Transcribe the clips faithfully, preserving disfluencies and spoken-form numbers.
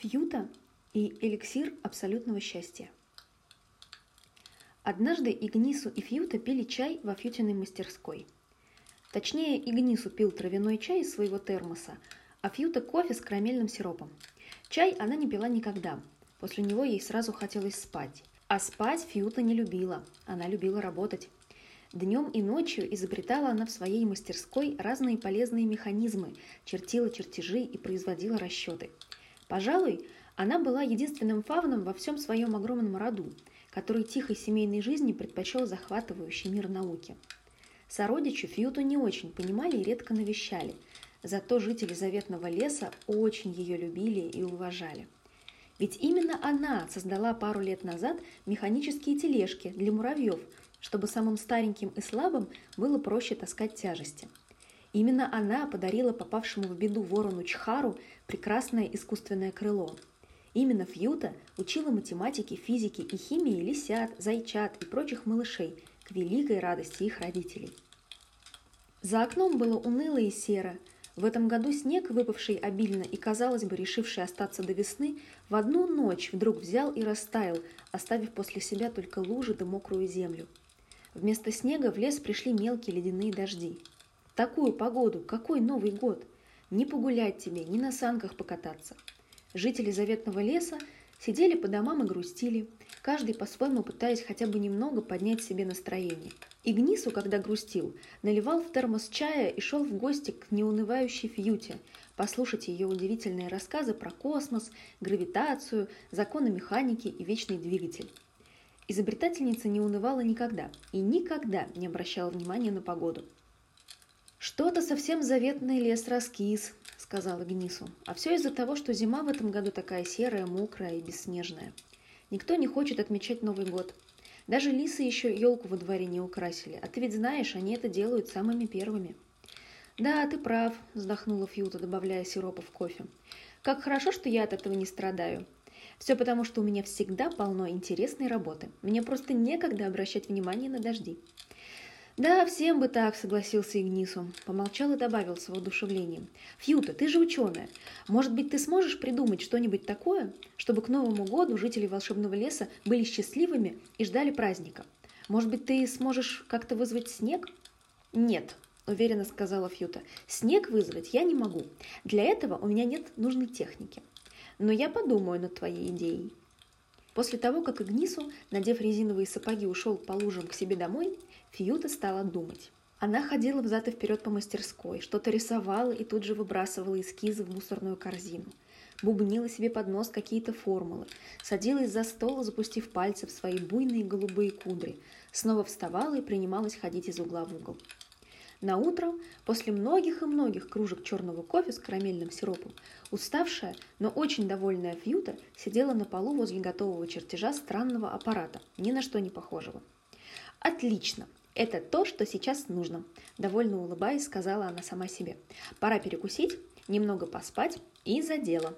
Фьюта и эликсир абсолютного счастья. Однажды Игнису и Фьюта пили чай во Фьютиной мастерской. Точнее, Игнису пил травяной чай из своего термоса, а Фьюта кофе с карамельным сиропом. Чай она не пила никогда, после него ей сразу хотелось спать. А спать Фьюта не любила, она любила работать. Днем и ночью изобретала она в своей мастерской разные полезные механизмы, чертила чертежи и производила расчеты. Пожалуй, она была единственным фавном во всем своем огромном роду, который тихой семейной жизни предпочел захватывающий мир науки. Сородичи Фьюту не очень понимали и редко навещали, зато жители заветного леса очень ее любили и уважали. Ведь именно она создала пару лет назад механические тележки для муравьев, чтобы самым стареньким и слабым было проще таскать тяжести. Именно она подарила попавшему в беду ворону Чхару прекрасное искусственное крыло. Именно Фьюта учила математике, физике и химии лисят, зайчат и прочих малышей к великой радости их родителей. За окном было уныло и серо. В этом году снег, выпавший обильно и, казалось бы, решивший остаться до весны, в одну ночь вдруг взял и растаял, оставив после себя только лужи да мокрую землю. Вместо снега в лес пришли мелкие ледяные дожди. В такую погоду какой Новый год? Ни погулять тебе, ни на санках покататься. Жители заветного леса сидели по домам и грустили, каждый по-своему пытаясь хотя бы немного поднять себе настроение. Игнису, когда грустил, наливал в термос чая и шел в гости к неунывающей Фьюте, послушать ее удивительные рассказы про космос, гравитацию, законы механики и вечный двигатель. Изобретательница не унывала никогда и никогда не обращала внимания на погоду. «Что-то совсем заветный лес раскис», — сказала Игнису. «А все из-за того, что зима в этом году такая серая, мокрая и бесснежная. Никто не хочет отмечать Новый год. Даже лисы еще елку во дворе не украсили, а ты ведь знаешь, они это делают самыми первыми». «Да, ты прав», — вздохнула Фьюта, добавляя сиропа в кофе. «Как хорошо, что я от этого не страдаю. Все потому, что у меня всегда полно интересной работы. Мне просто некогда обращать внимание на дожди». «Да, всем бы так», — согласился Игнису. Помолчал и добавил с воодушевлением. «Фьюта, ты же ученая. Может быть, ты сможешь придумать что-нибудь такое, чтобы к Новому году жители волшебного леса были счастливыми и ждали праздника? Может быть, ты сможешь как-то вызвать снег?» «Нет», — уверенно сказала Фьюта. «Снег вызвать я не могу. Для этого у меня нет нужной техники. Но я подумаю над твоей идеей». После того, как Игнису, надев резиновые сапоги, ушел по лужам к себе домой, Фьюта стала думать. Она ходила взад и вперед по мастерской, что-то рисовала и тут же выбрасывала эскизы в мусорную корзину. Бубнила себе под нос какие-то формулы, садилась за стол, запустив пальцы в свои буйные голубые кудри, снова вставала и принималась ходить из угла в угол. Наутро, после многих и многих кружек черного кофе с карамельным сиропом, уставшая, но очень довольная Фьюта сидела на полу возле готового чертежа странного аппарата, ни на что не похожего. «Отлично! Это то, что сейчас нужно», – довольно улыбаясь, сказала она сама себе. «Пора перекусить, немного поспать и за дело».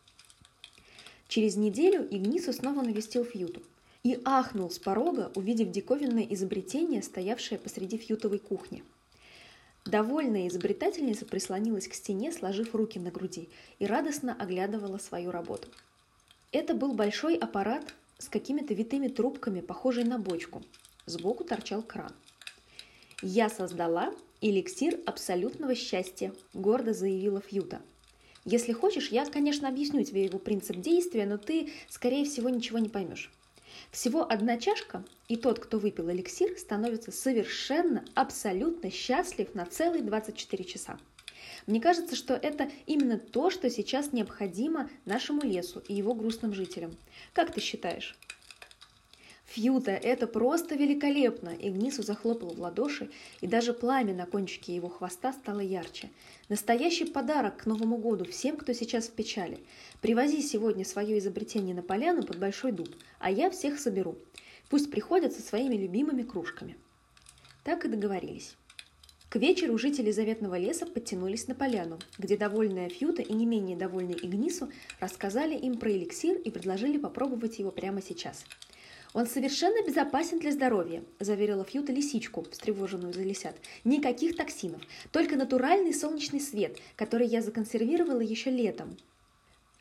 Через неделю Игнису снова навестил Фьюту и ахнул с порога, увидев диковинное изобретение, стоявшее посреди фьютовой кухни. Довольная изобретательница прислонилась к стене, сложив руки на груди, и радостно оглядывала свою работу. Это был большой аппарат с какими-то витыми трубками, похожий на бочку. Сбоку торчал кран. «Я создала эликсир абсолютного счастья», – гордо заявила Фьюта. «Если хочешь, я, конечно, объясню тебе его принцип действия, но ты, скорее всего, ничего не поймешь. Всего одна чашка, и тот, кто выпил эликсир, становится совершенно, абсолютно счастлив на целые двадцать четыре часа. Мне кажется, что это именно то, что сейчас необходимо нашему лесу и его грустным жителям. Как ты считаешь?» «Фьюта, это просто великолепно!» Игнису захлопал в ладоши, и даже пламя на кончике его хвоста стало ярче. «Настоящий подарок к Новому году всем, кто сейчас в печали. Привози сегодня свое изобретение на поляну под большой дуб, а я всех соберу. Пусть приходят со своими любимыми кружками». Так и договорились. К вечеру жители заветного леса подтянулись на поляну, где довольная Фьюта и не менее довольный Игнису рассказали им про эликсир и предложили попробовать его прямо сейчас. «Он совершенно безопасен для здоровья», – заверила Фьюта лисичку, встревоженную за лисят. «Никаких токсинов, только натуральный солнечный свет, который я законсервировала еще летом».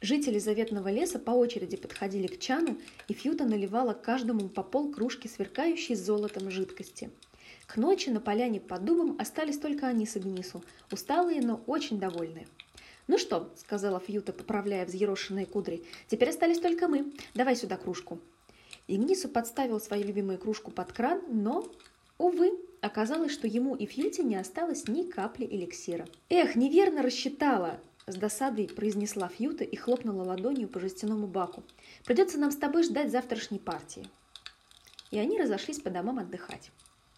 Жители заветного леса по очереди подходили к чану, и Фьюта наливала каждому по пол кружки сверкающей золотом жидкости. К ночи на поляне под дубом остались только они с Игнису, усталые, но очень довольные. «Ну что», — сказала Фьюта, поправляя взъерошенные кудри, — «теперь остались только мы. Давай сюда кружку». Игнису подставил свою любимую кружку под кран, но, увы, оказалось, что ему и Фьюте не осталось ни капли эликсира. «Эх, неверно рассчитала!» — с досадой произнесла Фьюта и хлопнула ладонью по жестяному баку. «Придется нам с тобой ждать завтрашней партии». И они разошлись по домам отдыхать.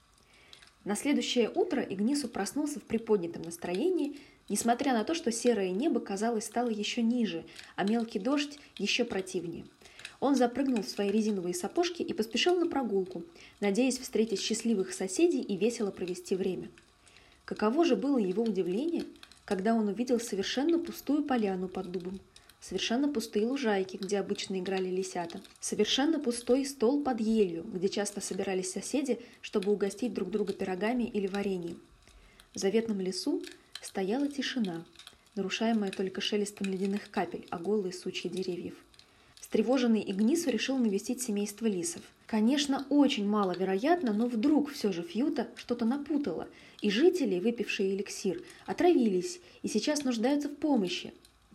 На следующее утро Игнису проснулся в приподнятом настроении, несмотря на то, что серое небо, казалось, стало еще ниже, а мелкий дождь еще противнее. Он запрыгнул в свои резиновые сапожки и поспешил на прогулку, надеясь встретить счастливых соседей и весело провести время. Каково же было его удивление, когда он увидел совершенно пустую поляну под дубом, совершенно пустые лужайки, где обычно играли лисята, совершенно пустой стол под елью, где часто собирались соседи, чтобы угостить друг друга пирогами или вареньем. В заветном лесу стояла тишина, нарушаемая только шелестом ледяных капель о голые сучья деревьев. Встревоженный Игнису решил навестить семейство лисов. Конечно, очень маловероятно, но вдруг все же Фьюта что-то напутала, и жители, выпившие эликсир, отравились и сейчас нуждаются в помощи.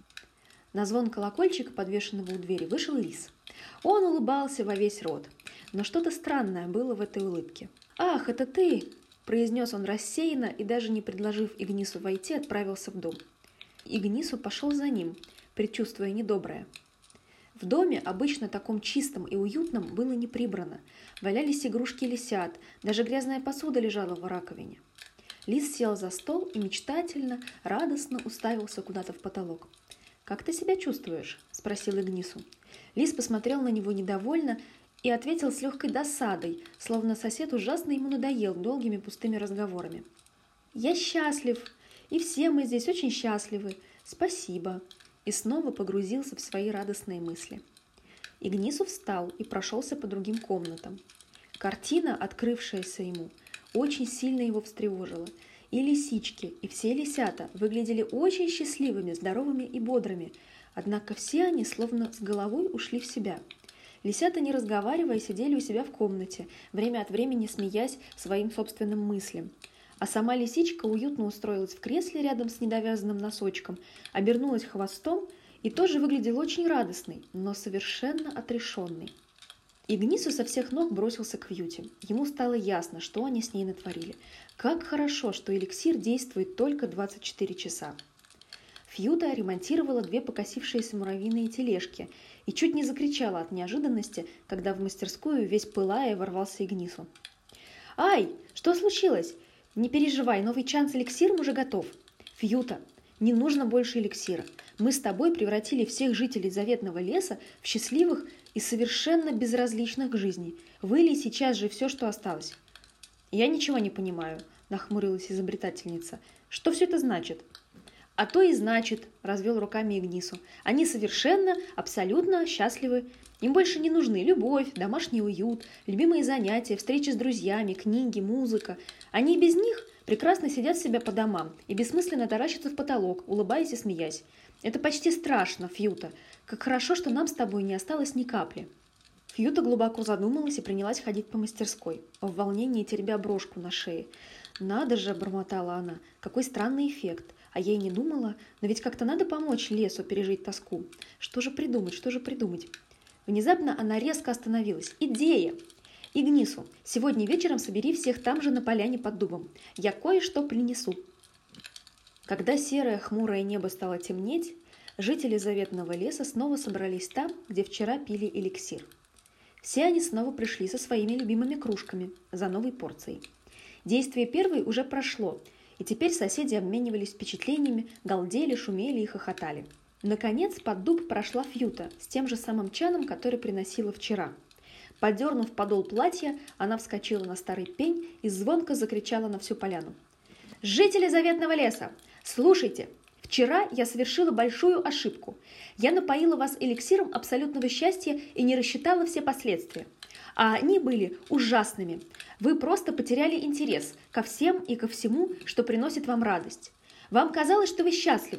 На звон колокольчика, подвешенного у двери, вышел лис. Он улыбался во весь рот, но что-то странное было в этой улыбке. «Ах, это ты!» – произнес он рассеянно и, даже не предложив Игнису войти, отправился в дом. Игнису пошел за ним, предчувствуя недоброе. В доме, обычно таком чистом и уютном, было не прибрано. Валялись игрушки лисят, даже грязная посуда лежала в раковине. Лис сел за стол и мечтательно, радостно уставился куда-то в потолок. «Как ты себя чувствуешь?» – спросил Игнису. Лис посмотрел на него недовольно и ответил с легкой досадой, словно сосед ужасно ему надоел долгими пустыми разговорами. «Я счастлив, и все мы здесь очень счастливы. Спасибо». И снова погрузился в свои радостные мысли. Игнису встал и прошелся по другим комнатам. Картина, открывшаяся ему, очень сильно его встревожила. И лисички, и все лисята выглядели очень счастливыми, здоровыми и бодрыми, однако все они словно с головой ушли в себя. Лисята, не разговаривая, сидели у себя в комнате, время от времени смеясь своим собственным мыслям. А сама лисичка уютно устроилась в кресле рядом с недовязанным носочком, обернулась хвостом и тоже выглядела очень радостной, но совершенно отрешенной. Игнису со всех ног бросился к Фьюте. Ему стало ясно, что они с ней натворили. Как хорошо, что эликсир действует только двадцать четыре часа. Фьюта ремонтировала две покосившиеся муравьиные тележки и чуть не закричала от неожиданности, когда в мастерскую, весь пылая, ворвался Игнису. «Ай, что случилось? Не переживай, новый чан с эликсиром уже готов. Фьюта, не нужно больше эликсира. Мы с тобой превратили всех жителей заветного леса в счастливых и совершенно безразличных к жизни. Вылей сейчас же все, что осталось». «Я ничего не понимаю», – нахмурилась изобретательница. «Что все это значит?» «А то и значит», – развел руками Игнису. «Они совершенно, абсолютно счастливы. Им больше не нужны любовь, домашний уют, любимые занятия, встречи с друзьями, книги, музыка. Они без них прекрасно сидят себя по домам и бессмысленно таращатся в потолок, улыбаясь и смеясь. Это почти страшно, Фьюта. Как хорошо, что нам с тобой не осталось ни капли». Фьюта глубоко задумалась и принялась ходить по мастерской, в волнении теребя брошку на шее. «Надо же», – бормотала она, – «какой странный эффект. А я и не думала, но ведь как-то надо помочь лесу пережить тоску. Что же придумать, что же придумать?» Внезапно она резко остановилась. «Идея! Игнису, сегодня вечером собери всех там же на поляне под дубом. Я кое-что принесу». Когда серое хмурое небо стало темнеть, жители заветного леса снова собрались там, где вчера пили эликсир. Все они снова пришли со своими любимыми кружками за новой порцией. Действие первой уже прошло, и теперь соседи обменивались впечатлениями, галдели, шумели и хохотали. Наконец под дуб прошла Фьюта с тем же самым чаном, который приносила вчера. Подернув подол платья, она вскочила на старый пень и звонко закричала на всю поляну. «Жители заветного леса, слушайте! Вчера я совершила большую ошибку. Я напоила вас эликсиром абсолютного счастья и не рассчитала все последствия. А они были ужасными. Вы просто потеряли интерес ко всем и ко всему, что приносит вам радость. Вам казалось, что вы счастливы,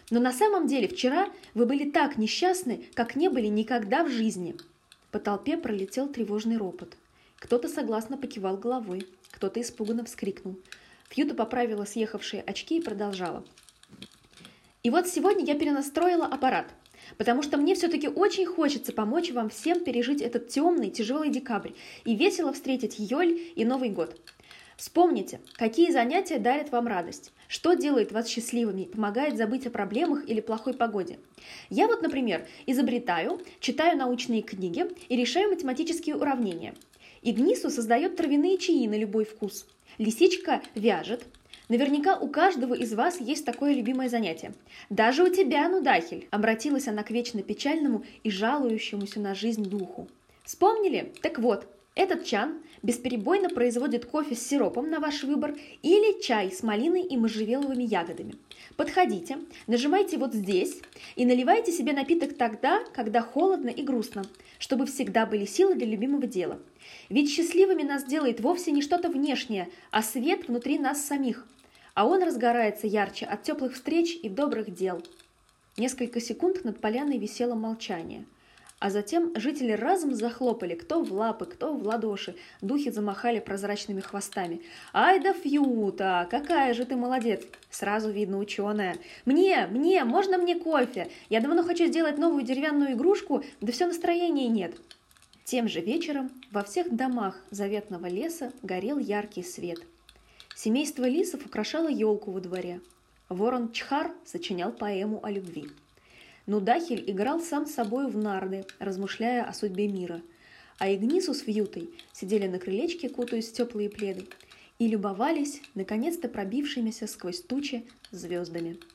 Но на самом деле вчера вы были так несчастны, как не были никогда в жизни». По толпе пролетел тревожный ропот. Кто-то согласно покивал головой, кто-то испуганно вскрикнул. Фьюта поправила съехавшие очки и продолжала. «И вот сегодня я перенастроила аппарат, потому что мне все-таки очень хочется помочь вам всем пережить этот темный, тяжелый декабрь и весело встретить Йоль и Новый год. Вспомните, какие занятия дарят вам радость, что делает вас счастливыми, помогает забыть о проблемах или плохой погоде. Я вот, например, изобретаю, читаю научные книги и решаю математические уравнения. Игнису создает травяные чаи на любой вкус. Лисичка вяжет. Наверняка у каждого из вас есть такое любимое занятие. Даже у тебя, Нудахель, обратилась она к вечно печальному и жалующемуся на жизнь духу. Вспомнили? Так вот, этот чан бесперебойно производит кофе с сиропом на ваш выбор или чай с малиной и можжевеловыми ягодами. Подходите, нажимайте вот здесь и наливайте себе напиток тогда, когда холодно и грустно, чтобы всегда были силы для любимого дела. Ведь счастливыми нас делает вовсе не что-то внешнее, а свет внутри нас самих. А он разгорается ярче от теплых встреч и добрых дел». Несколько секунд над поляной висело молчание. А затем жители разом захлопали, кто в лапы, кто в ладоши. Духи замахали прозрачными хвостами. «Ай да Фьюта, какая же ты молодец! Сразу видно ученая. Мне, мне, можно мне кофе? Я давно хочу сделать новую деревянную игрушку, да все настроения нет». Тем же вечером во всех домах заветного леса горел яркий свет. Семейство лисов украшало елку во дворе. Ворон Чхар сочинял поэму о любви. Нудахель играл сам с собой в нарды, размышляя о судьбе мира. А Игнису с Фьютой сидели на крылечке, кутаясь в теплые пледы, и любовались наконец-то пробившимися сквозь тучи звездами.